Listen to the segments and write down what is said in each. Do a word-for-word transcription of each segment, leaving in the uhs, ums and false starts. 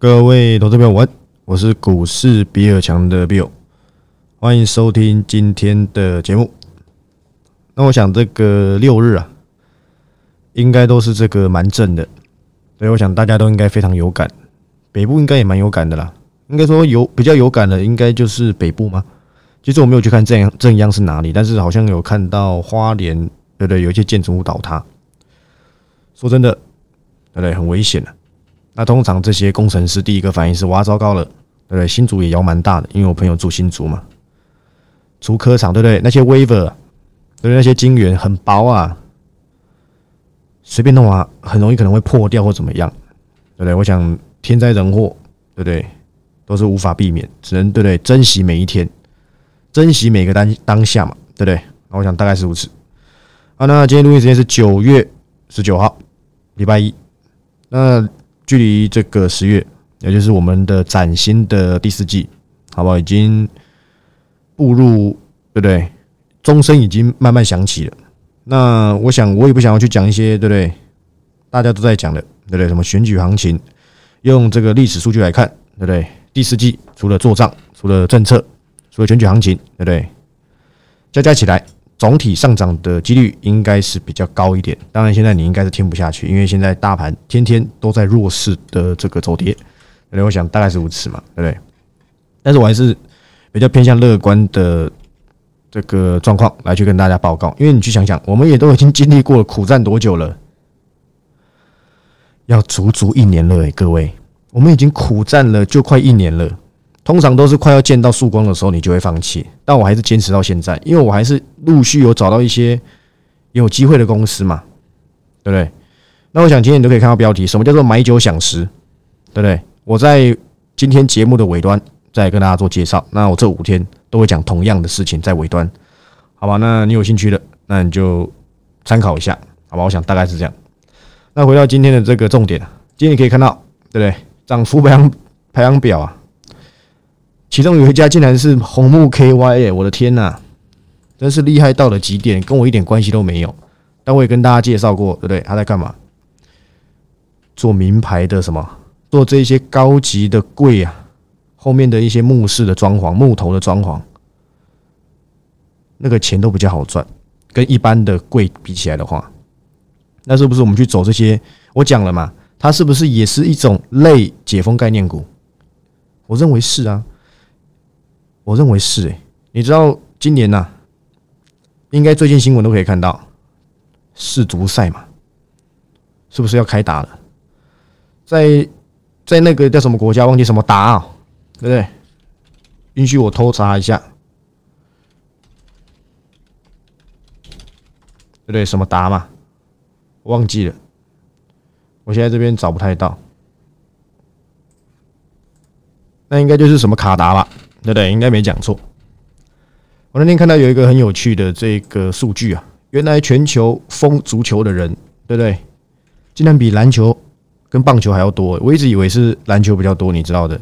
各位投资朋友晚安，我是股市比尔强的 Bill， 欢迎收听今天的节目。那我想这个六日啊，应该都是这个蛮正的，所以我想大家都应该非常有感，北部应该也蛮有感的啦。应该说有比较有感的，应该就是北部吗？其实我没有去看正央正央是哪里，但是好像有看到花莲，对不对？有一些建筑物倒塌。说真的，对不对？很危险的、啊。那通常这些工程师第一个反应是哇糟糕了，对不对？新竹也摇蛮大的，因为我朋友住新竹嘛。竹科厂对不对？那些 wafer， 对不对？那些晶圆很薄啊，随便弄啊，很容易可能会破掉或怎么样，对不对？我想天灾人祸，对不对？都是无法避免，只能对不对？珍惜每一天，珍惜每个当当下嘛，对不对？那我想大概是如此。好，那今天录音时间是九月十九号，礼拜一。那距离这个十月，也就是我们的崭新的第四季，好不好？已经步入，对不对？钟声已经慢慢响起了。那我想，我也不想要去讲一些，对不对？大家都在讲的，对不对？什么选举行情，用这个历史数据来看，对不对？第四季除了做账，除了政策，除了选举行情，对不对？加加起来，总体上涨的几率应该是比较高一点。当然，现在你应该是听不下去，因为现在大盘天天都在弱势的这个走跌，对不对？我想大概是如此嘛，对不对？但是我还是比较偏向乐观的这个状况来去跟大家报告，因为你去想想，我们也都已经经历过了苦战多久了？要足足一年了、欸，各位，我们已经苦战了就快一年了。通常都是快要见到曙光的时候，你就会放弃。但我还是坚持到现在，因为我还是陆续有找到一些有机会的公司嘛，对不对？那我想今天你都可以看到标题，什么叫做买酒享食，对不对？我在今天节目的尾端再跟大家做介绍。那我这五天都会讲同样的事情，在尾端，好吧？那你有兴趣的，那你就参考一下，好吧？我想大概是这样。那回到今天的这个重点，今天你可以看到，对不对？涨幅排行排行表啊。其中有一家竟然是红木 K Y， 欸、我的天哪，真是厉害到了极点，跟我一点关系都没有。但我也跟大家介绍过，对不对？他在干嘛？做名牌的什么？做这些高级的柜啊，后面的一些木饰的装潢、木头的装潢，那个钱都比较好赚，跟一般的柜比起来的话，那是不是我们去走这些？我讲了嘛，它是不是也是一种类解封概念股？我认为是啊。我认为是诶、欸，你知道今年呐、啊，应该最近新闻都可以看到世足赛嘛，是不是要开打了？在在那个叫什么国家忘记什么达啊，对不对？允许我偷查一下，对不对？什么达嘛，我忘记了，我现在这边找不太到，那应该就是什么卡达吧。对不对？应该没讲错。我那天看到有一个很有趣的这个数据啊，原来全球疯足球的人，对不对？竟然比篮球跟棒球还要多。我一直以为是篮球比较多，你知道的。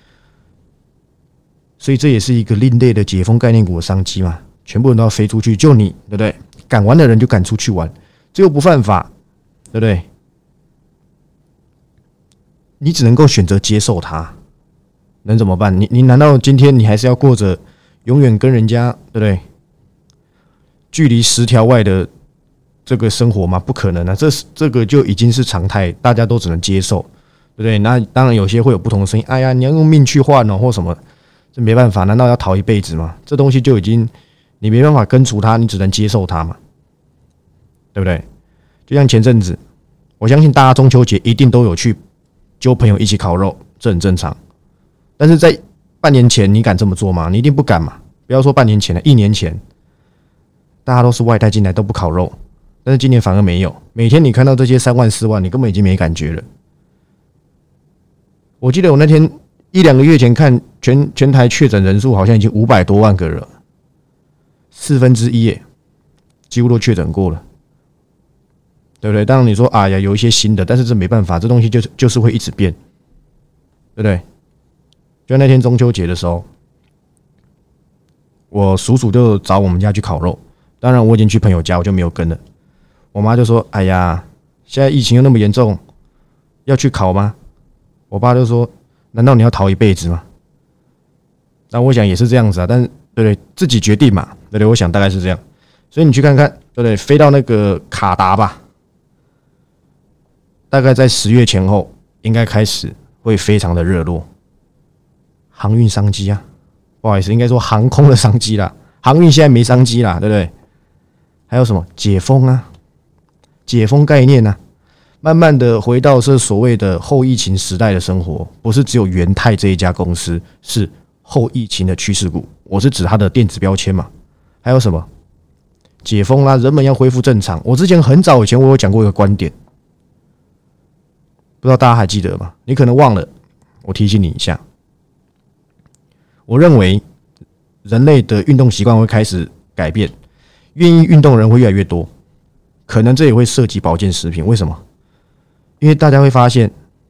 所以这也是一个另类的解封概念股的商机嘛，全部人都要飞出去，就你，对不对？敢玩的人就敢出去玩，这又不犯法，对不对？你只能够选择接受它。能怎么办？你你难道今天你还是要过着永远跟人家对不对距离十条外的这个生活吗？不可能啊！这这个就已经是常态，大家都只能接受，对不对？那当然有些会有不同的声音，哎呀，你要用命去换哦，或什么，这没办法，难道要逃一辈子吗？这东西就已经你没办法根除它，你只能接受它嘛，对不对？就像前阵子，我相信大家中秋节一定都有去揪朋友一起烤肉，这很正常。但是在半年前，你敢这么做吗？你一定不敢嘛！不要说半年前了，一年前，大家都是外带进来，都不烤肉。但是今年反而没有，每天你看到这些三万四万，你根本已经没感觉了。我记得我那天一两个月前看全全台确诊人数好像已经五百多万个了，四分之一耶，几乎都确诊过了，对不对？当然你说啊呀，有一些新的，但是这没办法，这东西就是就是会一直变，对不对？就那天中秋节的时候，我叔叔就找我们家去烤肉。当然我已经去朋友家，我就没有跟了。我妈就说：“哎呀，现在疫情又那么严重，要去烤吗？”我爸就说：“ 难道你要逃一辈子吗？那我想也是这样子啊，但是对不对？自己决定嘛，对不对？我想大概是这样。所以你去看看，对不对？飞到那个卡达吧，大概在十月前后，应该开始会非常的热络。航运商机啊，不好意思，应该说航空的商机啦。航运现在没商机啦，对不对？还有什么解封啊？解封概念啊，慢慢的回到这所谓的后疫情时代的生活，不是只有元泰这一家公司是后疫情的趋势股，我是指它的电子标签嘛。还有什么解封啦，人们要恢复正常。我之前很早以前我有讲过一个观点，不知道大家还记得吗？你可能忘了，我提醒你一下。我认为人类的运动习惯会开始改变，愿意运动的人会越来越多，可能这也会涉及保健食品。为什么？因为大家会发现，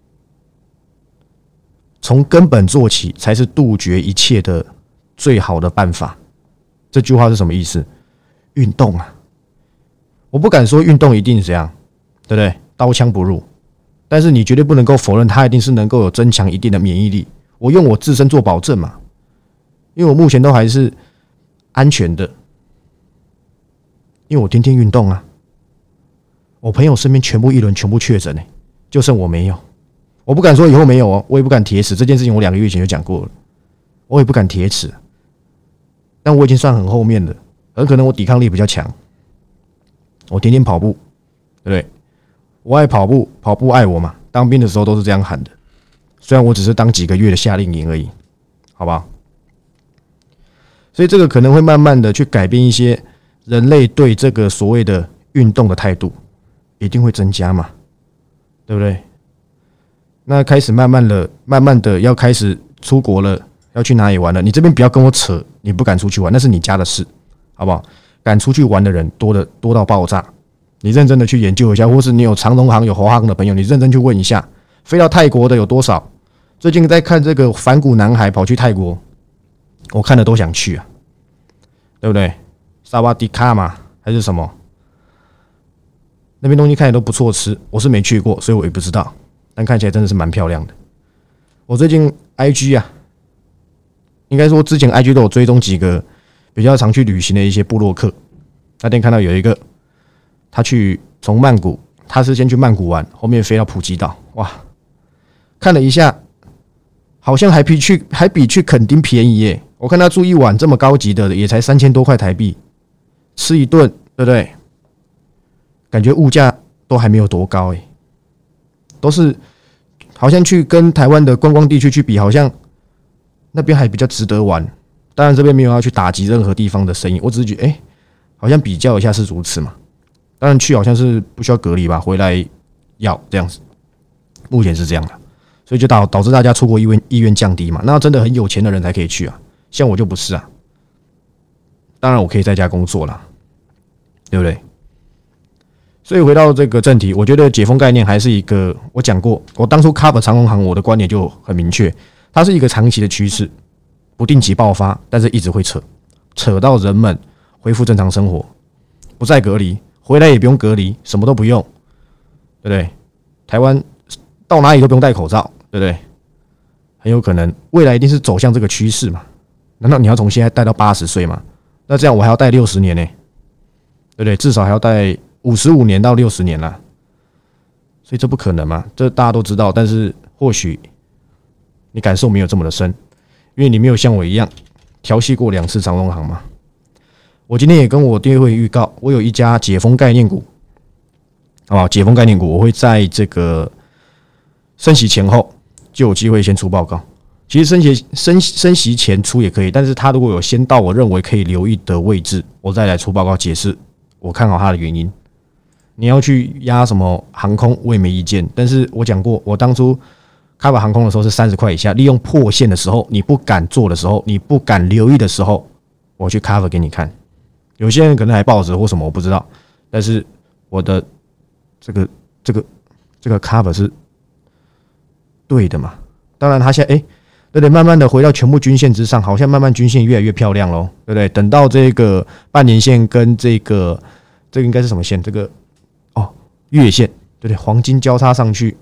从根本做起才是杜绝一切的最好的办法。这句话是什么意思？运动啊，我不敢说运动一定是这样，对不对？刀枪不入，但是你绝对不能够否认，它一定是能够有增强一定的免疫力。我用我自身做保证嘛。因为我目前都还是安全的，因为我天天运动啊。我朋友身边全部一轮全部确诊，就剩我没有。我不敢说以后没有哦，我也不敢铁齿。这件事情我两个月前就讲过了，我也不敢铁齿。但我已经算很后面了，很可能我抵抗力比较强。我天天跑步，对不对？我爱跑步，跑步爱我嘛。当兵的时候都是这样喊的，虽然我只是当几个月的夏令营而已，好不好？所以这个可能会慢慢的去改变一些人类对这个所谓的运动的态度，一定会增加嘛，对不对？那开始慢慢的、慢慢的要开始出国了，要去哪里玩了？你这边不要跟我扯，你不敢出去玩，那是你家的事，好不好？敢出去玩的人多的多到爆炸，你认真的去研究一下，或是你有长荣航、有华航的朋友，你认真去问一下，飞到泰国的有多少？最近在看这个反骨男孩跑去泰国。我看了都想去啊，对不对？萨瓦迪卡嘛，还是什么？那边东西看起来都不错吃，我是没去过，所以我也不知道。但看起来真的是蛮漂亮的。我最近 I G 啊，应该说之前 I G 都有追踪几个比较常去旅行的一些部落客。那天看到有一个，他去从曼谷，他是先去曼谷玩，后面飞到普吉岛，哇，看了一下，好像还比去还比去垦丁便宜耶。我看他住一晚这么高级的，也才三千多块台币，吃一顿，对不对？感觉物价都还没有多高诶，都是好像去跟台湾的观光地区去比，好像那边还比较值得玩。当然这边没有要去打击任何地方的生意，我只是觉得，哎、欸，好像比较一下是如此嘛。当然去好像是不需要隔离吧，回来要这样子，目前是这样的，所以就导导致大家出国意愿意愿降低嘛。那真的很有钱的人才可以去啊。像我就不是啊，当然我可以在家工作啦，对不对？所以回到这个正题，我觉得解封概念还是一个，我讲过，我当初 cover 长荣航，我的观点就很明确，它是一个长期的趋势，不定期爆发，但是一直会扯，扯到人们恢复正常生活，不再隔离，回来也不用隔离，什么都不用，对不对？台湾到哪里都不用戴口罩，对不对？很有可能未来一定是走向这个趋势嘛。难道你要从现在带到八十岁吗？那这样我还要带六十年呢、欸，对不对？至少还要带五十五年到六十年啦。所以这不可能嘛，这大家都知道。但是或许你感受没有这么的深，因为你没有像我一样调戏过两次长荣航嘛。我今天也跟我订阅会预告，我有一家解封概念股，好不好？解封概念股，我会在这个升息前后就有机会先出报告。其实升息升升息前出也可以，但是他如果有先到我认为可以留意的位置，我再来出报告解释我看好它的原因。你要去压什么航空，我也没意见。但是我讲过，我当初开把航空的时候是三十块以下，利用破线的时候，你不敢做的时候，你不敢留意的时候，我去 cover 给你看。有些人可能还抱着或什么，我不知道。但是我的这个这个这个 cover 是对的嘛？当然，他现在哎。欸对对，慢慢的回到全部均线之上，好像慢慢均线越来越漂亮咯，对不对？等到这个半年线跟这个这个应该是什么线？这个哦月线，对不对？黄金交叉上去，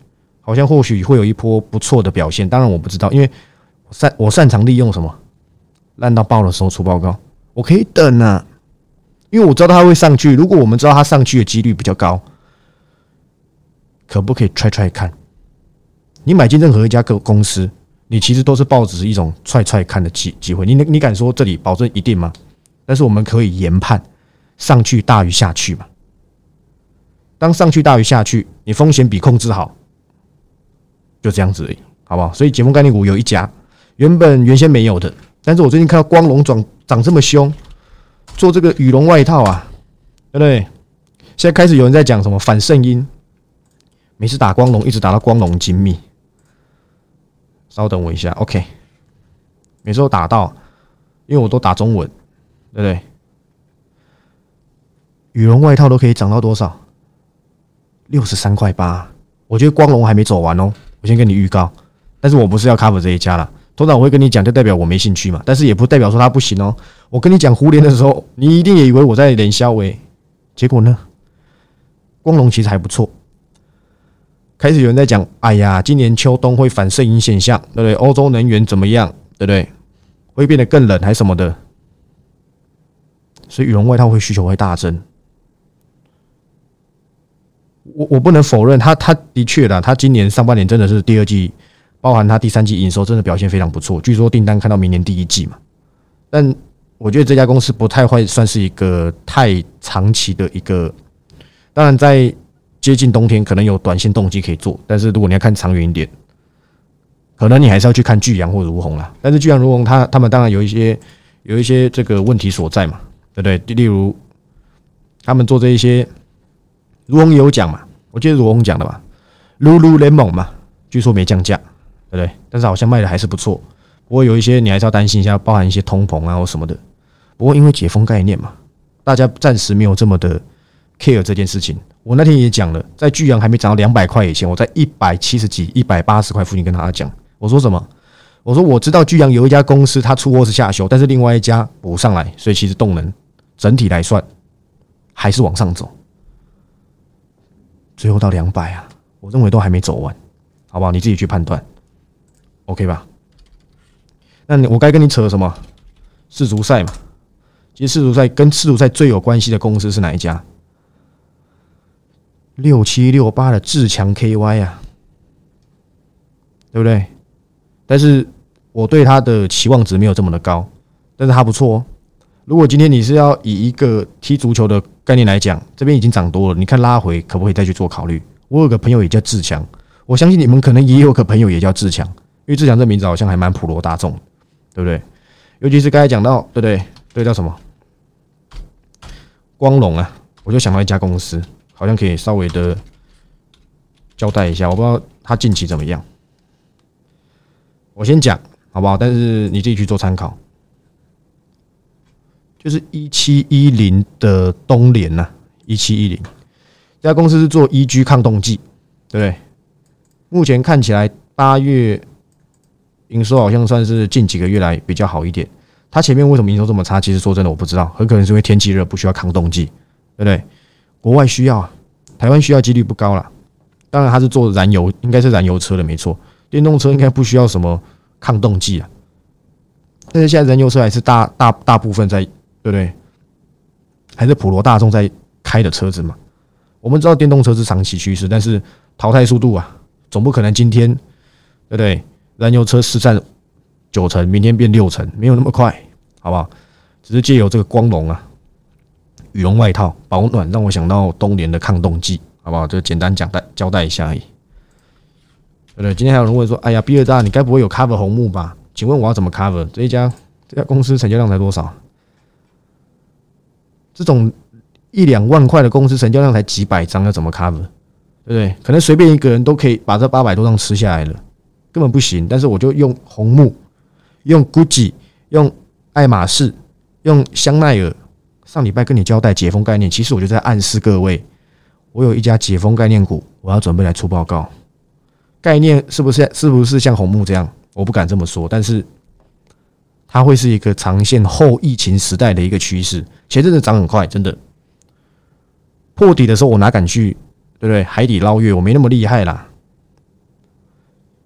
好像或许会有一波不错的表现。当然我不知道，因为我擅我擅长利用什么烂到爆的时候出报告，我可以等啊，因为我知道它会上去。如果我们知道它上去的几率比较高，可不可以 try try 看？你买进任何一家公司，你其实都是抱着一种 try try 看的机机会。你你敢说这里保证一定吗？但是我们可以研判，上去大于下去嘛。当上去大于下去，你风险比控制好，就这样子而已，好不好？所以解封概念股有一家，原本原先没有的，但是我最近看到光荣涨涨这么凶，做这个羽绒外套啊，对不对？现在开始有人在讲什么反圣婴，每次打光荣一直打到光荣精密。稍等我一下 ，OK， 每次都打到，因为我都打中文，对不对？羽绒外套都可以涨到多少？六十三块八，我觉得光荣还没走完哦，我先跟你预告。但是我不是要 cover 这一家啦，通常我会跟你讲，就代表我没兴趣嘛。但是也不代表说它不行哦。我跟你讲胡联的时候，你一定也以为我在连销诶，结果呢，光荣其实还不错。开始有人在讲，哎呀，今年秋冬会反圣婴现象，对不对？欧洲能源怎么样，对不对？会变得更冷还是什么的，所以羽绒外套会需求会大增。我我不能否认，他他的确啦，他今年上半年真的是第二季，包含他第三季营收真的表现非常不错。据说订单看到明年第一季嘛，但我觉得这家公司不太会算是一个太长期的一个，当然在接近冬天可能有短线动机可以做，但是如果你要看长远一点，可能你还是要去看巨阳或如虹啦。但是巨阳如虹他他们当然有一些有一些这个问题所在嘛，对不对？例如他们做这一些。如虹有讲嘛？我记得如虹讲的吧 ，Lululemon 嘛，据说没降价，对不对？但是好像卖的还是不错。不过有一些你还是要担心一下，包含一些通膨啊或什么的。不过因为解封概念嘛，大家暂时没有这么的 care 这件事情。我那天也讲了，在巨阳还没涨到两百块以前，我在一百七十几、一百八十块附近跟大家讲，我说什么？我说我知道巨阳有一家公司它出货是下修，但是另外一家补上来，所以其实动能整体来算还是往上走。最后到两百啊，我认为都还没走完，好不好？你自己去判断 ，OK 吧？那我该跟你扯什么？世足赛嘛，其实世足赛跟世足赛最有关系的公司是哪一家？六七六八的志强 K Y 啊，对不对？但是我对他的期望值没有这么的高，但是他不错哦。如果今天你是要以一个踢足球的概念来讲，这边已经涨多了，你看拉回可不可以再去做考虑？我有个朋友也叫志强，我相信你们可能也有个朋友也叫志强，因为志强这名字好像还蛮普罗大众，对不对？尤其是刚才讲到，对不对？对，叫什么？光荣啊，我就想到一家公司，好像可以稍微的交代一下，我不知道他近期怎么样。我先讲好不好？但是你自己去做参考。就是一七一零的东联呐，一七一零这家公司是做 E G 抗冻剂，对不对？目前看起来八月营收好像算是近几个月来比较好一点。它前面为什么营收这么差？其实说真的我不知道，很可能是因为天气热不需要抗冻剂，对不对？国外需要啊，台湾需要几率不高啦。当然它是做燃油，应该是燃油车的没错，电动车应该不需要什么抗冻剂啊。但是现在燃油车还是大大大部分在。对不对？还是普罗大众在开的车子嘛？我们知道电动车是长期趋势，但是淘汰速度啊，总不可能今天对不对？燃油车市占九成，明天变六成，没有那么快，好不好？只是借由这个光荣啊，羽绒外套保暖，让我想到东联的抗冻剂，好不好？就简单讲代交代一下而已。对不对？今天还有人问说：“哎呀，比尔大，你该不会有 cover 红木吧？”请问我要怎么 cover？ 这一家这家公司成交量才多少？这种一两万块的公司成交量才几百张，要怎么 cover？ 对不对？可能随便一个人都可以把这八百多张吃下来了，根本不行。但是我就用红木、用 Gucci、用爱马仕、用香奈儿。上礼拜跟你交代解封概念，其实我就在暗示各位，我有一家解封概念股，我要准备来出报告。概念是不是是不是像红木这样？我不敢这么说，但是它会是一个长线后疫情时代的一个趋势。前阵子涨很快，真的破底的时候，我哪敢去，对不对？海底捞月，我没那么厉害啦。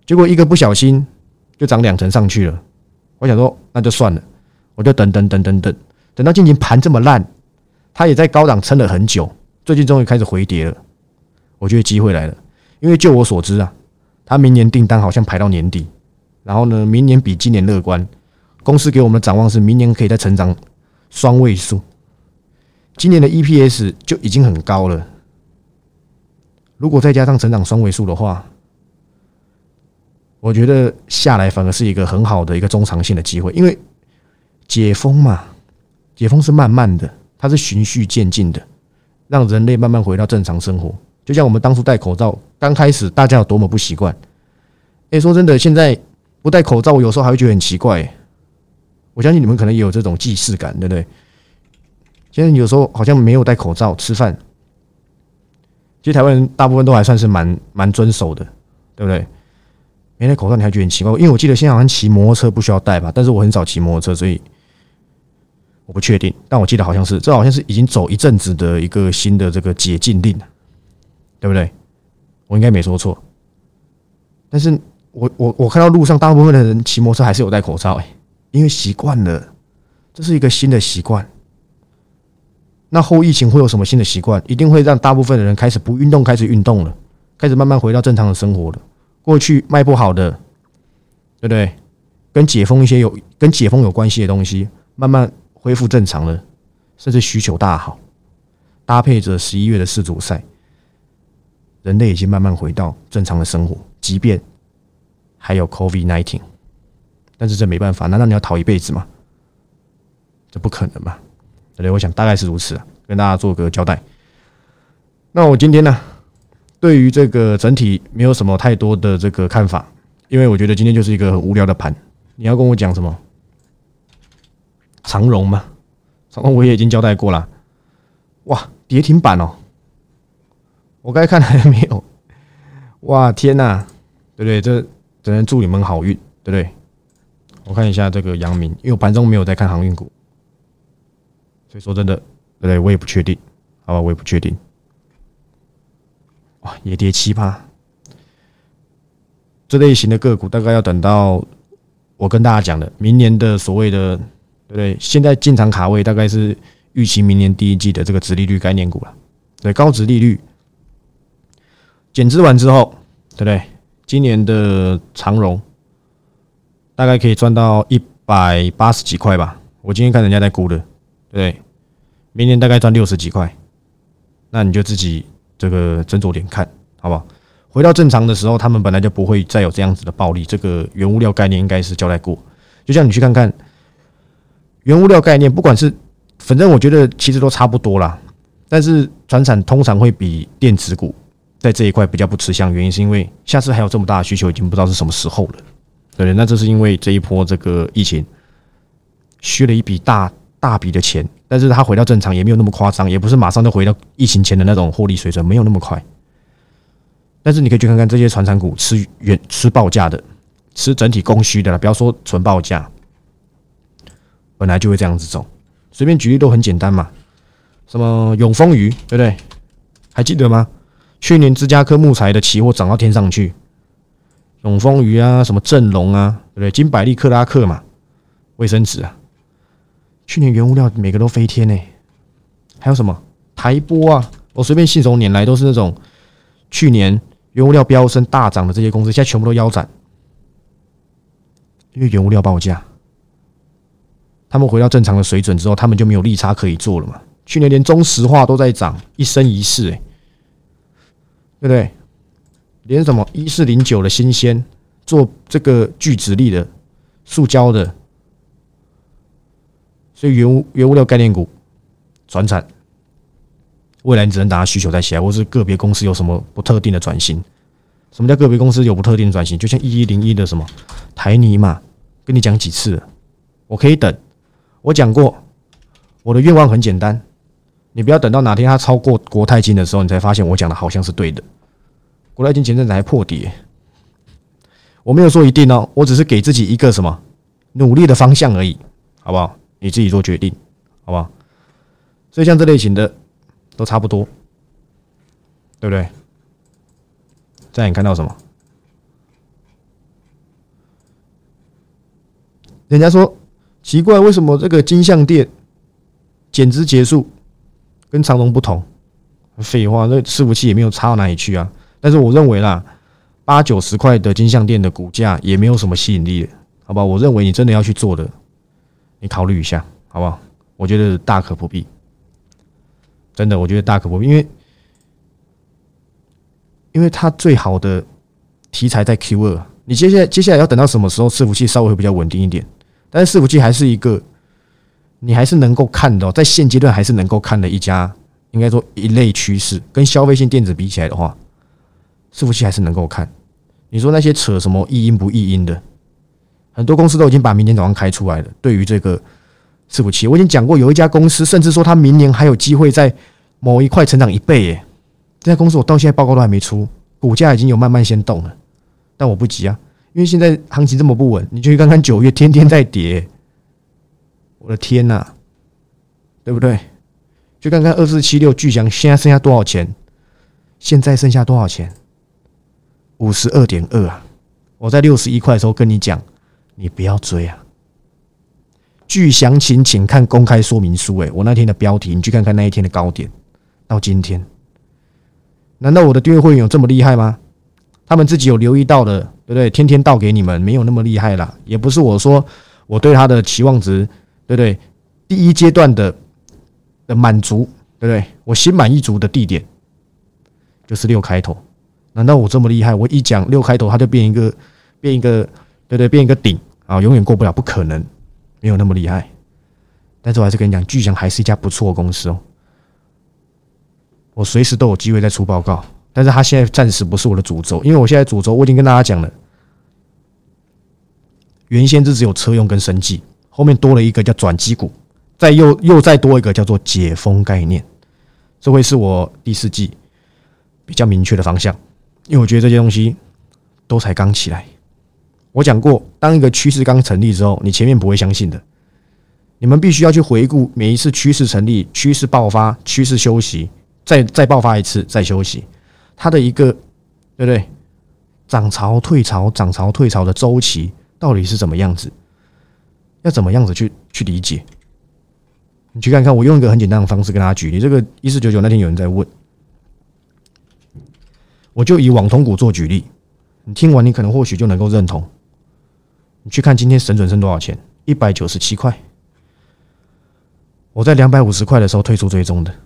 结果一个不小心就涨两成上去了。我想说那就算了，我就等等等等等，等到今年盘这么烂，它也在高档撑了很久，最近终于开始回跌了。我觉得机会来了，因为就我所知啊，它明年订单好像排到年底，然后呢，明年比今年乐观。公司给我们的展望是明年可以再成长双位数，今年的 E P S 就已经很高了。如果再加上成长双位数的话，我觉得下来反而是一个很好的一个中长线的机会。因为解封嘛，解封是慢慢的，它是循序渐进的，让人类慢慢回到正常生活。就像我们当初戴口罩，刚开始大家有多么不习惯。哎，说真的，现在不戴口罩，我有时候还会觉得很奇怪。我相信你们可能也有这种既视感，对不对？现在有时候好像没有戴口罩吃饭，其实台湾人大部分都还算是蛮蛮遵守的，对不对？没戴口罩你还觉得很奇怪，因为我记得现在好像骑摩托车不需要戴吧，但是我很少骑摩托车，所以我不确定。但我记得好像是，这好像是已经走一阵子的一个新的这个解禁令，对不对？我应该没说错。但是我我我看到路上大部分的人骑摩托车还是有戴口罩，哎，因为习惯了，这是一个新的习惯。那后疫情会有什么新的习惯？一定会让大部分的人开始不运动，开始运动了，开始慢慢回到正常的生活了。过去卖不好的，对不对？跟解封一些有跟解封有关系的东西，慢慢恢复正常了，甚至需求大好，搭配着十一月的世足赛，人类已经慢慢回到正常的生活，即便还有 COVID 十九， 但是这没办法，难道你要逃一辈子吗？这不可能嘛，对不对？我想大概是如此啊，跟大家做个交代。那我今天呢，对于这个整体没有什么太多的这个看法，因为我觉得今天就是一个很无聊的盘。你要跟我讲什么？长荣嘛，长荣我也已经交代过了。哇，跌停板哦！我该看还没有。哇，天哪，对不对？这只能祝你们好运，对不对？我看一下这个阳明，因为我盘中没有在看航运股，所以说真的，对不对？我也不确定，好吧，我也不确定。哇，也跌七趴，这类型的个股大概要等到我跟大家讲的明年的所谓的，对不对？现在进场卡位大概是预期明年第一季的这个殖利率概念股了，对，高殖利率减资完之后，对不对？今年的长荣大概可以赚到一百八十几块吧，我今天看人家在估的，对不对？明年大概赚六十几块，那你就自己这个斟酌点看，好不好？回到正常的时候，他们本来就不会再有这样子的暴利。这个原物料概念应该是交代过，就像你去看看原物料概念，不管是反正我觉得其实都差不多啦。但是传产通常会比电子股在这一块比较不吃香，原因是因为下次还有这么大的需求，已经不知道是什么时候了。对不对？那这是因为这一波这个疫情削了一笔大大笔的钱，但是它回到正常也没有那么夸张，也不是马上就回到疫情前的那种获利水准，没有那么快。但是你可以去看看这些传产股吃原吃报价的，吃整体供需的啦，不要说纯报价，本来就会这样子走。随便举例都很简单嘛，什么永丰余，对不对？还记得吗？去年芝加哥木材的期货涨到天上去，永丰余啊，什么正隆啊，对不对？金百利、克拉克嘛，卫生纸啊，去年原物料每个都飞天呢、欸。还有什么台波啊？我随便信手拈来都是那种去年原物料飙升大涨的这些公司，现在全部都腰斩，因为原物料报价，他们回到正常的水准之后，他们就没有利差可以做了嘛。去年连中石化都在涨，一生一世，哎，对不对？连什么一四零九的新鲜做这个聚酯粒的、塑胶的，所以原物原物料概念股、传产，未来你只能等它需求再起来，或是个别公司有什么不特定的转型。什么叫个别公司有不特定的转型？就像一一零一的什么台泥嘛，跟你讲几次了，我可以等。我讲过，我的愿望很简单，你不要等到哪天它超过国泰金的时候，你才发现我讲的好像是对的。国泰金前阵子还破底，我没有说一定哦，我只是给自己一个什么努力的方向而已，好不好？你自己做决定，好不好？所以像这类型的都差不多，对不对？再你看到什么？ 人家说奇怪，为什么这个金像店减资结束跟长荣不同？废话，那伺服器也没有差到哪里去啊。但是我认为啦，八九十块的金像店的股价也没有什么吸引力的，好不好？我认为你真的要去做的，你考虑一下，好不好？我觉得大可不必，真的，我觉得大可不必，因为因为它最好的题材在 Q 二，你接下来接下来要等到什么时候伺服器稍微会比较稳定一点？但是伺服器还是一个你还是能够看的、哦，在现阶段还是能够看的一家，应该说一类趋势，跟消费性电子比起来的话，伺服器还是能够看。你说那些扯什么异音不异音的，很多公司都已经把明年早上开出来了。对于这个伺服器，我已经讲过，有一家公司甚至说它明年还有机会在某一块成长一倍耶。这家公司我到现在报告都还没出，股价已经有慢慢先动了，但我不急啊。因为现在行情这么不稳，你就去看看九月天天在跌，我的天哪、啊，对不对？去看看二四七六巨翔现在剩下多少钱？现在剩下多少钱？五十二点二啊！我在六十一块的时候跟你讲，你不要追啊。据详情，请看公开说明书。哎，我那天的标题，你去看看那一天的高点到今天，难道我的订阅会员有这么厉害吗？他们自己有留意到的，对不对？天天倒给你们，没有那么厉害啦。也不是我说我对他的期望值，对不对？第一阶段的的满足，对不对？我心满意足的地点就是六开头。难道我这么厉害？我一讲六开头，它就变一个变一个，对不对？变一个顶啊，永远过不了，不可能，没有那么厉害。但是我还是跟你讲，巨翔还是一家不错的公司哦。我随时都有机会再出报告。但是它现在暂时不是我的主轴，因为我现在主轴我已经跟大家讲了，原先就只有车用跟生技，后面多了一个叫转机股，再又又再多一个叫做解封概念，这会是我第四季比较明确的方向，因为我觉得这些东西都才刚起来。我讲过，当一个趋势刚成立之后，你前面不会相信的，你们必须要去回顾每一次趋势成立、趋势爆发、趋势休息，再再爆发一次，再休息。它的一个对不对涨潮退潮涨潮退潮的周期到底是怎么样子？要怎么样子去去理解？你去看看，我用一个很简单的方式跟大家举例。这个一四九九那天有人在问，我就以网通股做举例，你听完你可能或许就能够认同。你去看今天神准剩多少钱？一百九十七块。我在两百五十块的时候退出追踪的。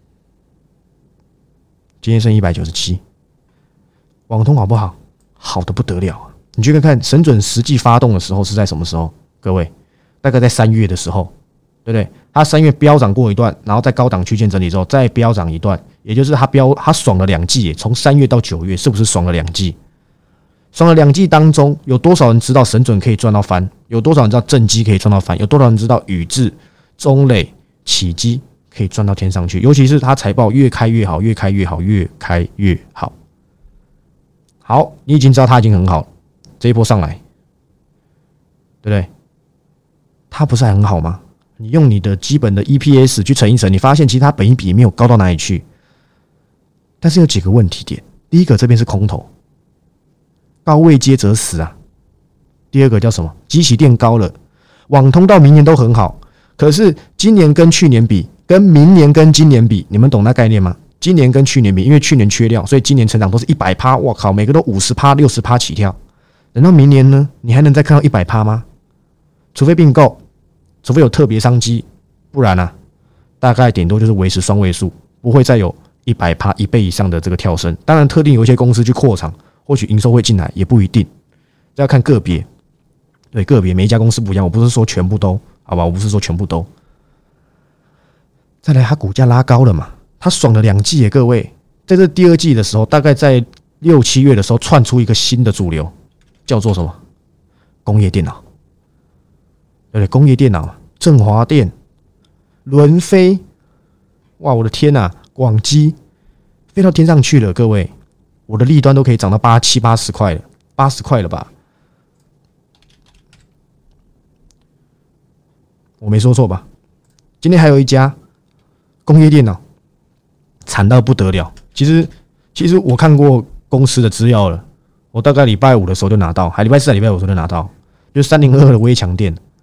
今天剩一百九十七，网通好不好？好的不得了啊！你去看看神准实际发动的时候是在什么时候？各位，大概在三月的时候，对不对？它三月飙涨过一段，然后在高档区间整理之后再飙涨一段，也就是它飙它爽了两季，从三月到九月，是不是爽了两季？爽了两季当中，有多少人知道神准可以赚到翻？有多少人知道正基可以赚到翻？有多少人知道宇智、中磊、启基可以赚到天上去？尤其是它财报越开越好，越开越好，越开越好。好，你已经知道它已经很好了，这一波上来，对不对？它不是还很好吗？你用你的基本的 E P S 去乘一乘，你发现其实它本益比也没有高到哪里去。但是有几个问题点：第一个，这边是空头，高位接则死啊；第二个叫什么？基期垫高了，网通到明年都很好，可是今年跟去年比，跟明年跟今年比，你们懂那概念吗？今年跟去年比，因为去年缺料，所以今年成长都是 百分之百， 我靠，每个都 百分之五十、百分之六十 起跳。等到明年呢，你还能再看到 百分之百 吗？除非并购，除非有特别商机，不然啊，大概顶多就是维持双位数，不会再有 百分之百 一倍以上的这个跳升。当然，特定有一些公司去扩厂，或许营收会进来，也不一定，这要看个别。对，个别每一家公司不一样，我不是说全部都，好吧？我不是说全部都。再来，它股价拉高了嘛？它爽了两季耶，各位，在这第二季的时候，大概在六七月的时候，窜出一个新的主流，叫做什么？工业电脑，对不对？工业电脑，振华电、伦飞，哇，我的天哪，广基飞到天上去了，各位，我的利端都可以涨到八七八十块了，八十块了吧？我没说错吧？今天还有一家工业电脑。惨到不得了，其实其实我看过公司的资料了，我大概礼拜五的时候就拿到，还礼拜四、礼拜五的时候就拿到，就是三零二二的微强电，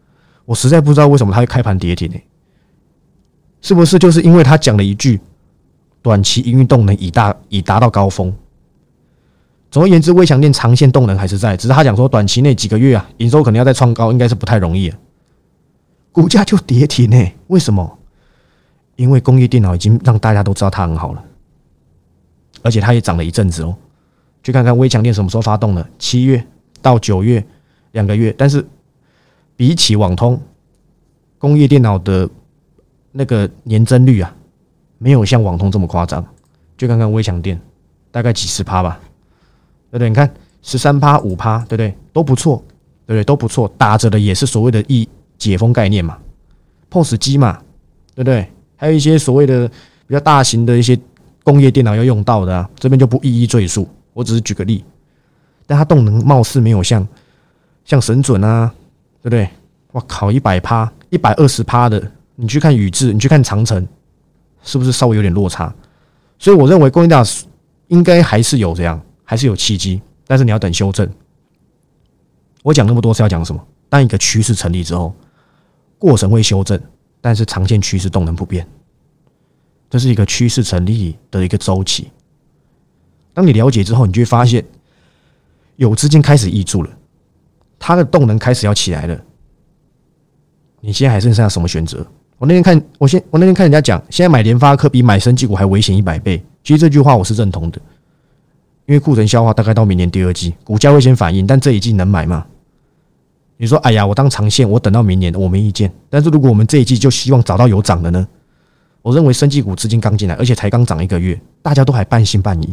我实在不知道为什么他会开盘跌停、欸、是不是就是因为他讲了一句短期营运动能已达已达到高峰？总而言之，威强电长线动能还是在，只是他讲说短期内几个月啊，营收可能要再创高，应该是不太容易了。股价就跌停欸，为什么？因为工业电脑已经让大家都知道它很好了，而且它也涨了一阵子哦。去看看威强电什么时候发动的，七月到九月两个月，但是比起网通，工业电脑的那个年增率啊，没有像网通这么夸张。去看看威强电，大概几十趴吧，对不对？你看十三趴、五趴，对不对？都不错，对不对？都不错，打着的也是所谓的一解封概念嘛 ，P O S 机嘛，对不对？还有一些所谓的比较大型的一些工业电脑要用到的啊，这边就不一一赘述，我只是举个例。但它动能貌似没有像像神准啊，对不对？哇靠，一百趴、一百二十趴的，你去看宇智，你去看长城，是不是稍微有点落差？所以我认为工业电脑应该还是有这样，还是有契机，但是你要等修正。我讲那么多是要讲什么？当一个趋势成立之后，过程会修正，但是长线趋势动能不变，这是一个趋势成立的一个周期。当你了解之后，你就会发现有资金开始挹注了，它的动能开始要起来了。你现在还剩下什么选择？我那天看，我先我那天看人家讲，现在买联发科比买生技股还危险一百倍。其实这句话我是认同的，因为库存消化大概到明年第二季，股价会先反应，但这一季能买吗？你说，哎呀，我当长线，我等到明年，我没意见。但是如果我们这一季就希望找到有涨的呢？我认为生技股资金刚进来，而且才刚涨一个月，大家都还半信半疑。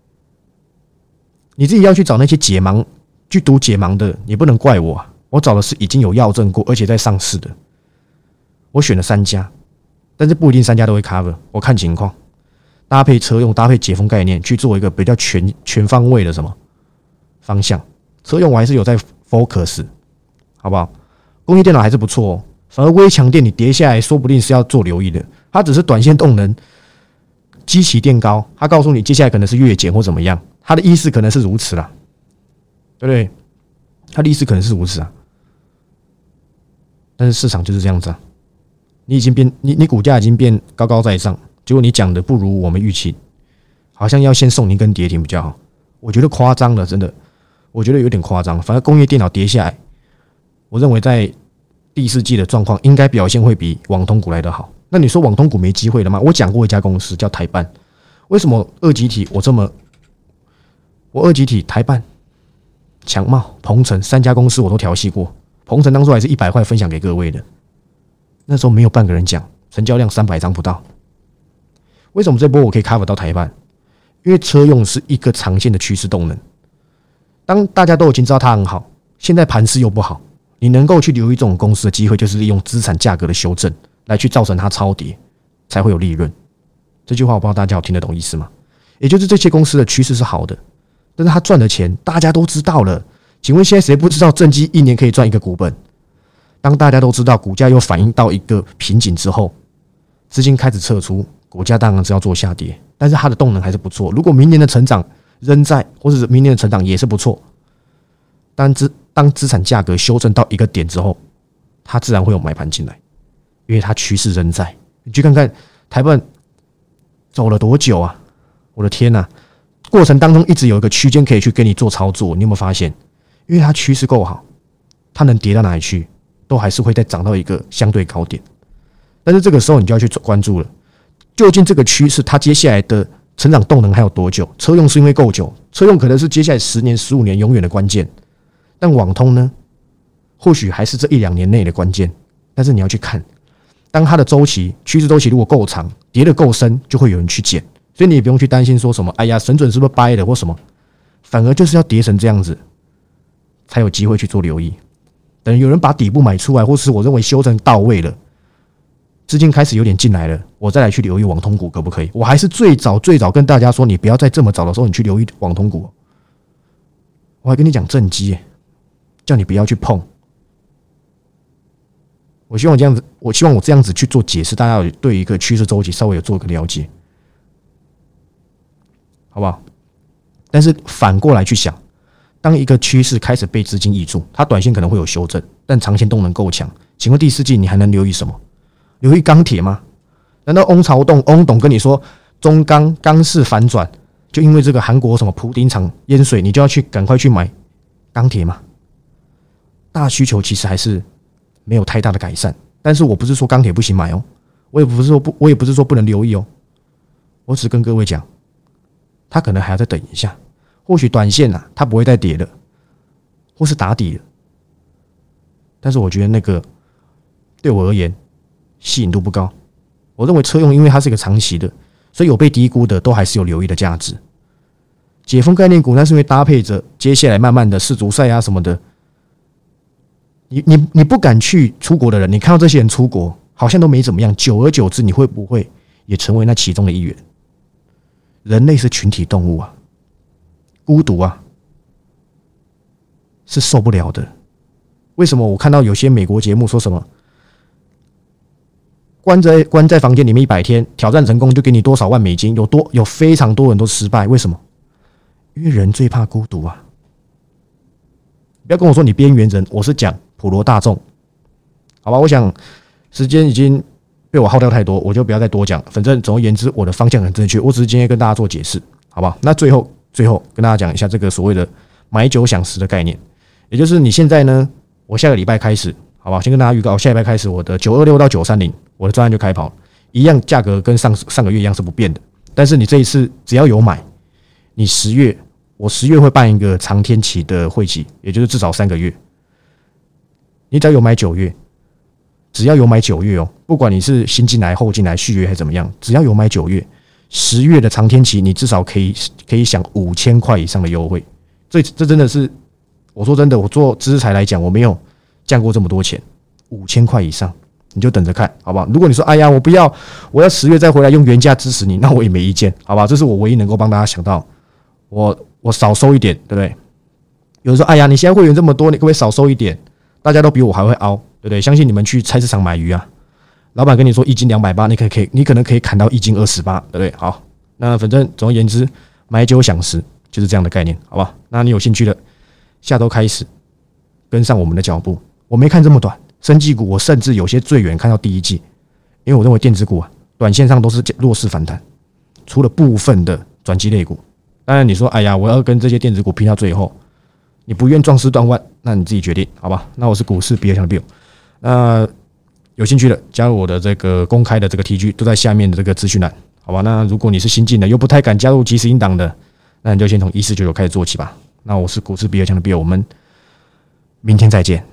你自己要去找那些解盲，去读解盲的，也不能怪我啊。我找的是已经有药证过，而且在上市的。我选了三家，但是不一定三家都会 cover， 我看情况，搭配车用，搭配解封概念，去做一个比较全全方位的什么方向。车用我还是有在 focus， 好不好？工业电脑还是不错哦，反而微强电你跌下来，说不定是要做留意的。它只是短线动能基期垫高，它告诉你接下来可能是月减或怎么样，它的意思可能是如此啦，对不对？它的意思可能是如此啊，但是市场就是这样子啊。你已经变，你你股价已经变高高在上，结果你讲的不如我们预期，好像要先送你一根跌停比较好。我觉得夸张了，真的，我觉得有点夸张。反正工业电脑跌下来，我认为在第四季的状况应该表现会比网通股来得好。那你说网通股没机会了吗？我讲过一家公司叫台办，为什么二极体我这么，我二极体台办、强茂、鹏程三家公司我都调戏过，鹏程当初还是一百块分享给各位的。那时候没有半个人讲，成交量三百张不到。为什么这波我可以 cover 到台办？因为车用是一个长线的趋势动能。当大家都已经知道它很好，现在盘势又不好，你能够去留意这种公司的机会，就是利用资产价格的修正来去造成它超跌，才会有利润。这句话我不知道大家有听得懂意思吗？也就是这些公司的趋势是好的，但是它赚的钱大家都知道了。请问现在谁不知道正基一年可以赚一个股本？当大家都知道股价又反映到一个瓶颈之后，资金开始撤出，股价当然是要做下跌，但是它的动能还是不错。如果明年的成长仍在，或者是明年的成长也是不错，当资当资产价格修正到一个点之后，它自然会有买盘进来，因为它趋势仍在。你去看看台办走了多久啊？我的天啊，过程当中一直有一个区间可以去跟你做操作，你有没有发现？因为它趋势够好，它能跌到哪里去？都还是会再涨到一个相对高点，但是这个时候你就要去关注了，究竟这个趋势它接下来的成长动能还有多久？车用是因为够久，车用可能是接下来十年、十五年永远的关键，但网通呢，或许还是这一两年内的关键。但是你要去看，当它的周期、趋势周期如果够长，跌得够深，就会有人去捡，所以你也不用去担心说什么，哎呀，神准是不是掰了或什么，反而就是要跌成这样子，才有机会去做留意。等有人把底部买出来，或是我认为修正到位了，资金开始有点进来了，我再来去留意网通股可不可以？我还是最早最早跟大家说，你不要在这么早的时候你去留意网通股。我还跟你讲正基，叫你不要去碰。我希望这样子，我希望我这样子去做解释，大家有对一个趋势周期稍微有做一个了解，好不好？但是反过来去想， 当一个趋势开始被资金挹注，它短线可能会有修正，但长线动能够强。请问第四季你还能留意什么？留意钢铁吗？难道翁朝栋、翁董跟你说中钢钢市反转，就因为这个韩国什么普丁厂淹水，你就要去赶快去买钢铁吗？大需求其实还是没有太大的改善。但是我不是说钢铁不行买哦，我也不是说不，我也不是说不能留意哦。我只是跟各位讲，它可能还要再等一下，或许短线啊，它不会再跌了，或是打底了。但是我觉得那个对我而言吸引度不高。我认为车用因为它是一个长期的，所以有被低估的都还是有留意的价值。解封概念股那是因为搭配着接下来慢慢的世足赛啊什么的。你你你不敢去出国的人，你看到这些人出国好像都没怎么样，久而久之，你会不会也成为那其中的一员？人类是群体动物啊，孤独啊是受不了的。为什么我看到有些美国节目说什么关在关在房间里面一百天，挑战成功就给你多少万美金？有多有非常多人都失败，为什么？因为人最怕孤独啊！不要跟我说你边缘人，我是讲普罗大众，好吧？我想时间已经被我耗掉太多，我就不要再多讲。反正总而言之，我的方向很正确，我只是今天跟大家做解释，好不好？那最后最后跟大家讲一下这个所谓的买九享十的概念，也就是你现在呢，我下个礼拜开始，好不好？先跟大家预告，下礼拜开始我的九二六到九三零，我的专案就开跑了，一样价格跟上上个月一样是不变的，但是你这一次只要有买，你十月我十月会办一个长天期的会期，也就是至少三个月。你只要有买九月，只要有买九月哦，不管你是新进来、后进来、续约还是怎么样，只要有买九月、十月的长天期，你至少可以可以享五千块以上的优惠。这这真的是，我说真的，我做知识财来讲，我没有降过这么多钱，五千块以上，你就等着看，好不好？如果你说，哎呀，我不要，我要十月再回来用原价支持你，那我也没意见，好吧？这是我唯一能够帮大家想到，我我少收一点，对不对？有人说，哎呀，你现在会员这么多，你可不可以少收一点？大家都比我还会凹，对不对？相信你们去菜市场买鱼啊，老板跟你说一斤两百八，你可以可以，你可能可以砍到一斤二十八，对不对？好，那反正总而言之，买九享十就是这样的概念，好吧？那你有兴趣的，下周开始跟上我们的脚步。我没看这么短，生技股我甚至有些最远看到第一季，因为我认为电子股啊，短线上都是弱势反弹，除了部分的转机类股。当然你说，哎呀，我要跟这些电子股拼到最后。你不愿壮士断腕，那你自己决定，好吧？那我是股市比尔强的 Bill， 那有兴趣的加入我的这个公开的这个 T G， 都在下面的这个资讯栏，好吧？那如果你是新进的，又不太敢加入即时音档的，那你就先从一四九九开始做起吧。那我是股市比尔强的 Bill， 我们明天再见。